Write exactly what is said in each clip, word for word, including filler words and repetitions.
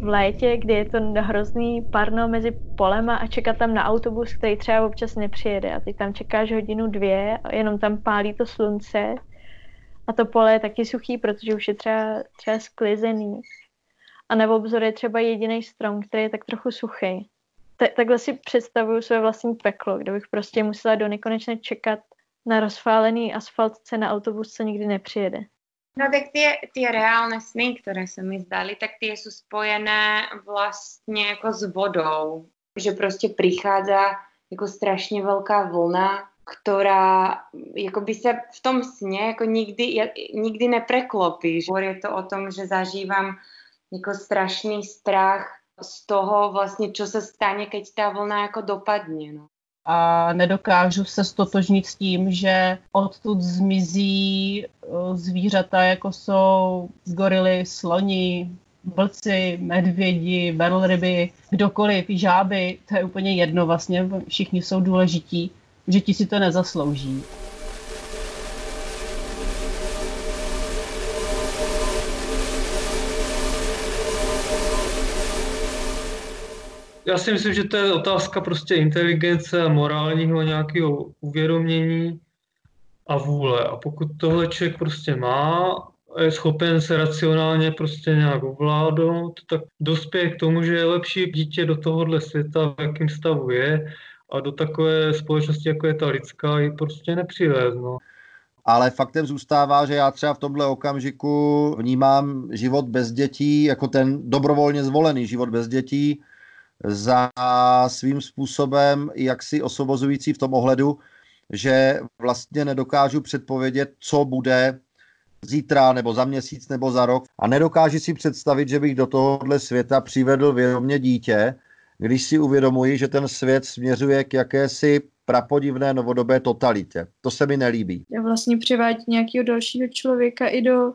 v létě, kdy je to hrozný parno mezi polema a čekat tam na autobus, který třeba občas nepřijede. A ty tam čekáš hodinu, dvě a jenom tam pálí to slunce. A to pole je taky suchý, protože už je třeba, třeba sklizený. A na obzoru je třeba jediný strom, který je tak trochu suchý. Ta- takhle si představuju své vlastní peklo, kde bych prostě musela do nekonečna čekat na rozfálený asfaltce na autobus, co nikdy nepřijede. No tak tie, tie reálne sny, ktoré sa mi zdali, tak tie sú spojené vlastne ako s vodou. Že proste prichádza ako strašne veľká vlna, ktorá ako by sa v tom sne ako nikdy, nikdy nepreklopí. Je to o tom, že zažívam ako strašný strach z toho vlastne, čo sa stane, keď tá vlna ako dopadne. No. A nedokážu se stotožnit s tím, že odtud zmizí zvířata, jako jsou gorily, sloni, vlci, medvědi, velryby, kdokoliv, i žáby, to je úplně jedno vlastně, všichni jsou důležití, že ti si to nezaslouží. Já si myslím, že to je otázka prostě inteligence a morálního nějakého uvědomění a vůle. A pokud tohle člověk prostě má a je schopen se racionálně prostě nějak ovládnout, tak dospěje k tomu, že je lepší dítě do tohohle světa, v jakém stavu je, a do takové společnosti, jako je ta lidská, ji prostě nepřivést. No. Ale faktem zůstává, že já třeba v tomhle okamžiku vnímám život bez dětí jako ten dobrovolně zvolený život bez dětí za svým způsobem jaksi osvobozující v tom ohledu, že vlastně nedokážu předpovědět, co bude zítra nebo za měsíc nebo za rok a nedokážu si představit, že bych do tohohle světa přivedl vědomě dítě, když si uvědomuji, že ten svět směřuje k jakési prapodivné novodobé totalitě. To se mi nelíbí. Já vlastně přivádět nějakého dalšího člověka i do,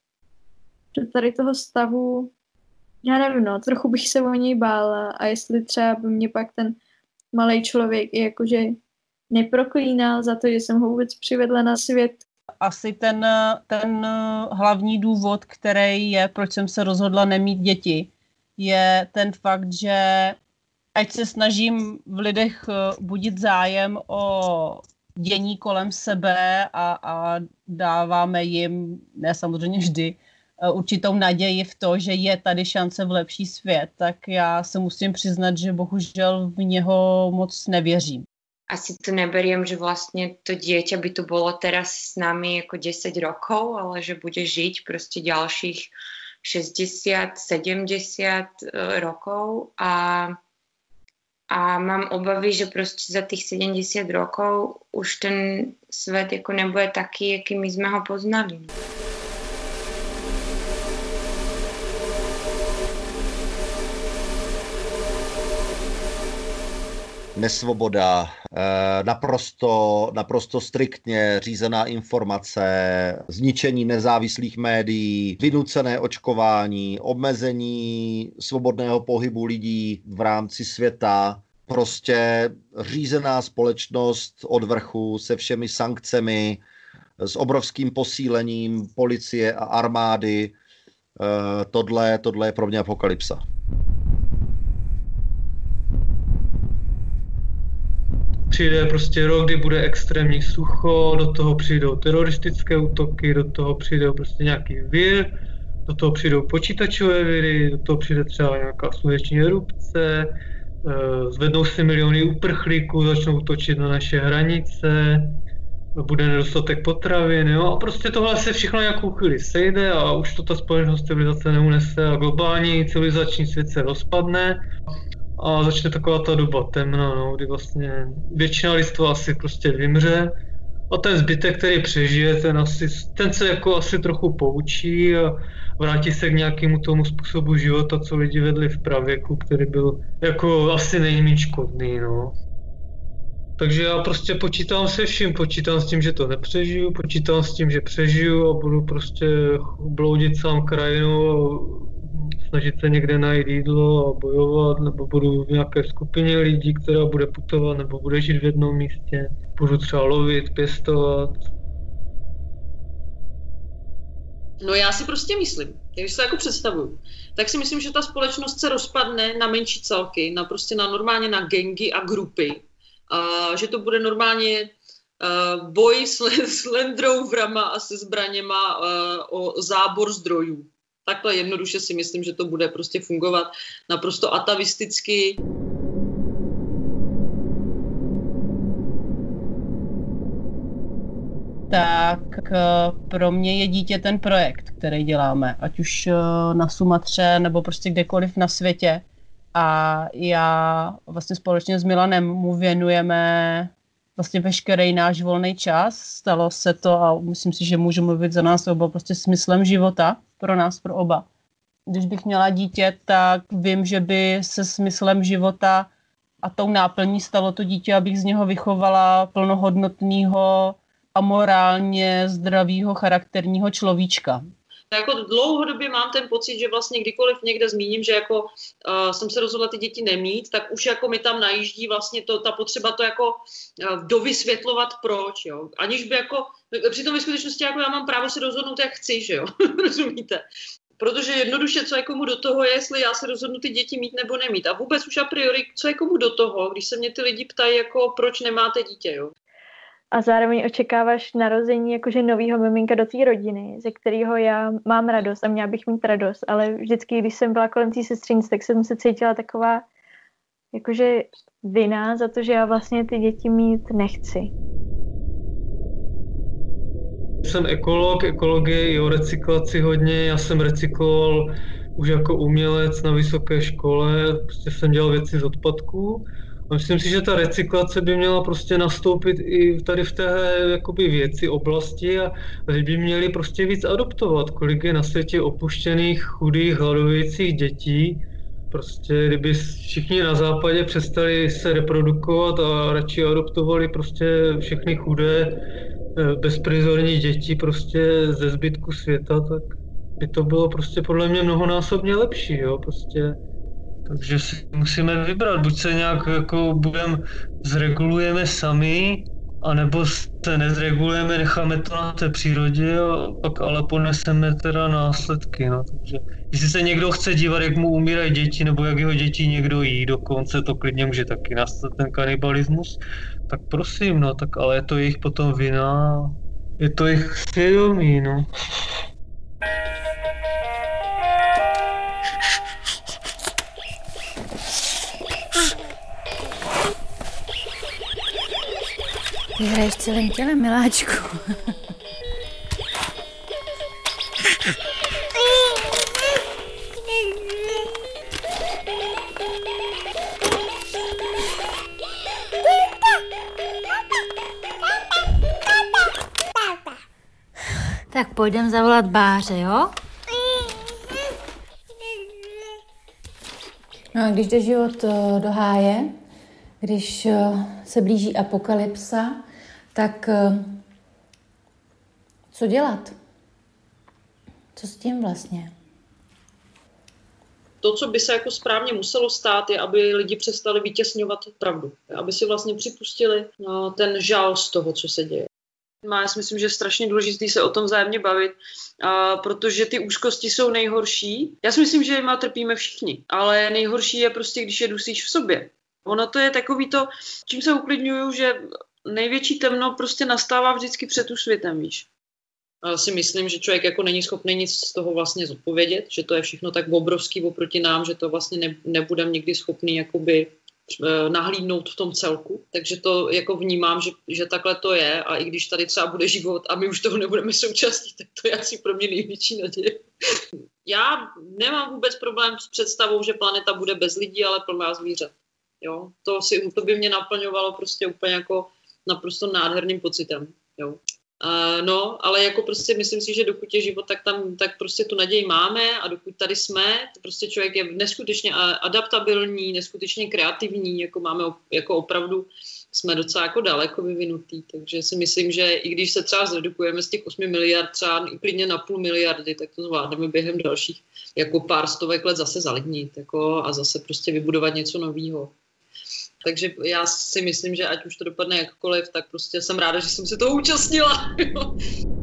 do tady toho stavu. Já nevím, no, trochu bych se o něj bála a jestli třeba by mě pak ten malej člověk i jakože neproklínal za to, že jsem ho vůbec přivedla na svět. Asi ten, ten hlavní důvod, který je, proč jsem se rozhodla nemít děti, je ten fakt, že ať se snažím v lidech budit zájem o dění kolem sebe a, a dáváme jim, ne samozřejmě vždy, určitou naději v to, že je tady šance v lepší svět, tak já se musím přiznat, že bohužel v něho moc nevěřím. Asi to neberiem, že vlastne to dieťa by tu bolo teraz s nami ako desať rokov, ale že bude žiť proste ďalších šesťdesiat sedemdesiat rokov a, a mám obavy, že proste za tých sedemdesiat rokov už ten svet ako nebude taký, aký my sme ho poznali. Nesvoboda, naprosto, naprosto striktně řízená informace, zničení nezávislých médií, vynucené očkování, omezení svobodného pohybu lidí v rámci světa, prostě řízená společnost od vrchu se všemi sankcemi, s obrovským posílením policie a armády. Tohle, tohle je pro mě apokalypsa. Přijde prostě rok, kdy bude extrémní sucho, do toho přijdou teroristické útoky, do toho přijdou prostě nějaký vir, do toho přijdou počítačové viry, do toho přijde třeba nějaká sluneční erupce, zvednou se miliony uprchlíků, začnou útočit na naše hranice, bude nedostatek potravin, jo, a prostě tohle se všechno nějakou chvíli sejde a už to ta společnost civilizace neunese a globální civilizační svět se rozpadne. A začne taková ta doba temna, no, kdy vlastně většina lidstva asi prostě vymře a ten zbytek, který přežije, ten, asi, ten se jako asi trochu poučí a vrátí se k nějakému tomu způsobu života, co lidi vedli v pravěku, který byl jako asi nejméně škodný, no. Takže já prostě počítám se vším, počítám s tím, že to nepřežiju, počítám s tím, že přežiju a budu prostě bloudit sám krajinou, snažit se někde najít jídlo a bojovat, nebo budu v nějaké skupině lidí, která bude putovat, nebo bude žít v jednom místě. Budu třeba lovit, pěstovat. No já si prostě myslím, když se jako představuju, tak si myslím, že ta společnost se rozpadne na menší celky, na prostě na normálně na gangy a grupy. A že to bude normálně uh, boj s, s landroverama a se zbraněma uh, o zábor zdrojů. Takhle jednoduše si myslím, že to bude prostě fungovat naprosto atavisticky. Tak pro mě je dítě ten projekt, který děláme, ať už na Sumatře nebo prostě kdekoliv na světě. A já vlastně společně s Milanem mu věnujeme vlastně veškerý náš volný čas. Stalo se to a myslím si, že můžu mluvit za nás oba prostě smyslem života pro nás, pro oba. Když bych měla dítě, tak vím, že by se smyslem života a tou náplní stalo to dítě, abych z něho vychovala plnohodnotného a morálně zdravýho charakterního človíčka. Jako dlouhodobě mám ten pocit, že vlastně kdykoliv někde zmíním, že jako uh, jsem se rozhodla ty děti nemít, tak už jako mi tam najíždí vlastně to, ta potřeba to jako uh, dovysvětlovat proč, jo. Aniž by jako, přitom ve skutečnosti jako já mám právo si rozhodnout, jak chci, že jo, rozumíte? Protože jednoduše, co je komu do toho je, jestli já se rozhodnu ty děti mít nebo nemít. A vůbec už a priori, co je komu do toho, když se mě ty lidi ptají, jako proč nemáte dítě, jo. A zároveň očekáváš narození jakože novýho miminka do té rodiny, ze kterého já mám radost a měla bych mít radost, ale vždycky, když jsem byla kolem té sestřenice, tak jsem se cítila taková jakože vina za to, že já vlastně ty děti mít nechci. Jsem ekolog, ekologie i o recyklaci hodně, já jsem recykloval už jako umělec na vysoké škole, prostě jsem dělal věci z odpadků. A myslím si, že ta recyklace by měla prostě nastoupit i tady v té jakoby věci, oblasti a lidi by měli prostě víc adoptovat. Kolik je na světě opuštěných, chudých, hladovějících dětí. Prostě kdyby všichni na západě přestali se reprodukovat a radši adoptovali prostě všechny chudé, bezprizorní děti prostě ze zbytku světa, tak by to bylo prostě podle mě mnohonásobně lepší, jo, prostě. Takže si musíme vybrat, buď se nějak jako budem, zregulujeme sami, anebo se nezregulujeme, necháme to na té přírodě a pak ale poneseme teda následky, no. Takže jestli se někdo chce dívat, jak mu umírají děti, nebo jak jeho děti někdo jí, dokonce to klidně může taky nastat ten kanibalismus, tak prosím, no, tak ale je to jejich potom vina, je to jejich svědomí, no. Ty hraješ celým tělem, miláčku. Tak půjdem zavolat Báře, jo? No a když jde život do háje, když se blíží apokalypsa, tak co dělat? Co s tím vlastně? To, co by se jako správně muselo stát, je, aby lidi přestali vytěsňovat pravdu. Aby si vlastně připustili no, ten žál z toho, co se děje. Já si myslím, že je strašně důležité se o tom vzájemně bavit, a protože ty úzkosti jsou nejhorší. Já si myslím, že má trpíme všichni, ale nejhorší je prostě, když je dusíš v sobě. Ono to je takový to, čím se uklidňuju, že největší temno prostě nastává vždycky před světem, víš. Já si myslím, že člověk jako není schopný nic z toho vlastně zodpovědět, že to je všechno tak obrovský oproti nám, že to vlastně ne, nebudeme nikdy schopný jakoby nahlídnout v tom celku. Takže to jako vnímám, že, že takhle to je a i když tady třeba bude život a my už toho nebudeme součástí, tak to je asi pro mě největší naděje. Já nemám vůbec problém s představou, že planeta bude bez lidí, ale plná zvířat. Jo, to, si, to by mě naplňovalo prostě úplně jako naprosto nádherným pocitem, jo. Uh, no, ale jako prostě myslím si, že dokud je život, tak tam tak prostě tu naději máme a dokud tady jsme, to prostě člověk je neskutečně adaptabilní, neskutečně kreativní, jako máme jako opravdu, jsme docela jako daleko vyvinutý, takže si myslím, že i když se třeba zredukujeme z těch osmi miliard třeba i klidně na půl miliardy, tak to zvládneme během dalších jako pár stovek let zase zalidnit jako, a zase prostě vybudovat něco nového. Takže já si myslím, že ať už to dopadne jakkoliv, tak prostě jsem ráda, že jsem se toho účastnila.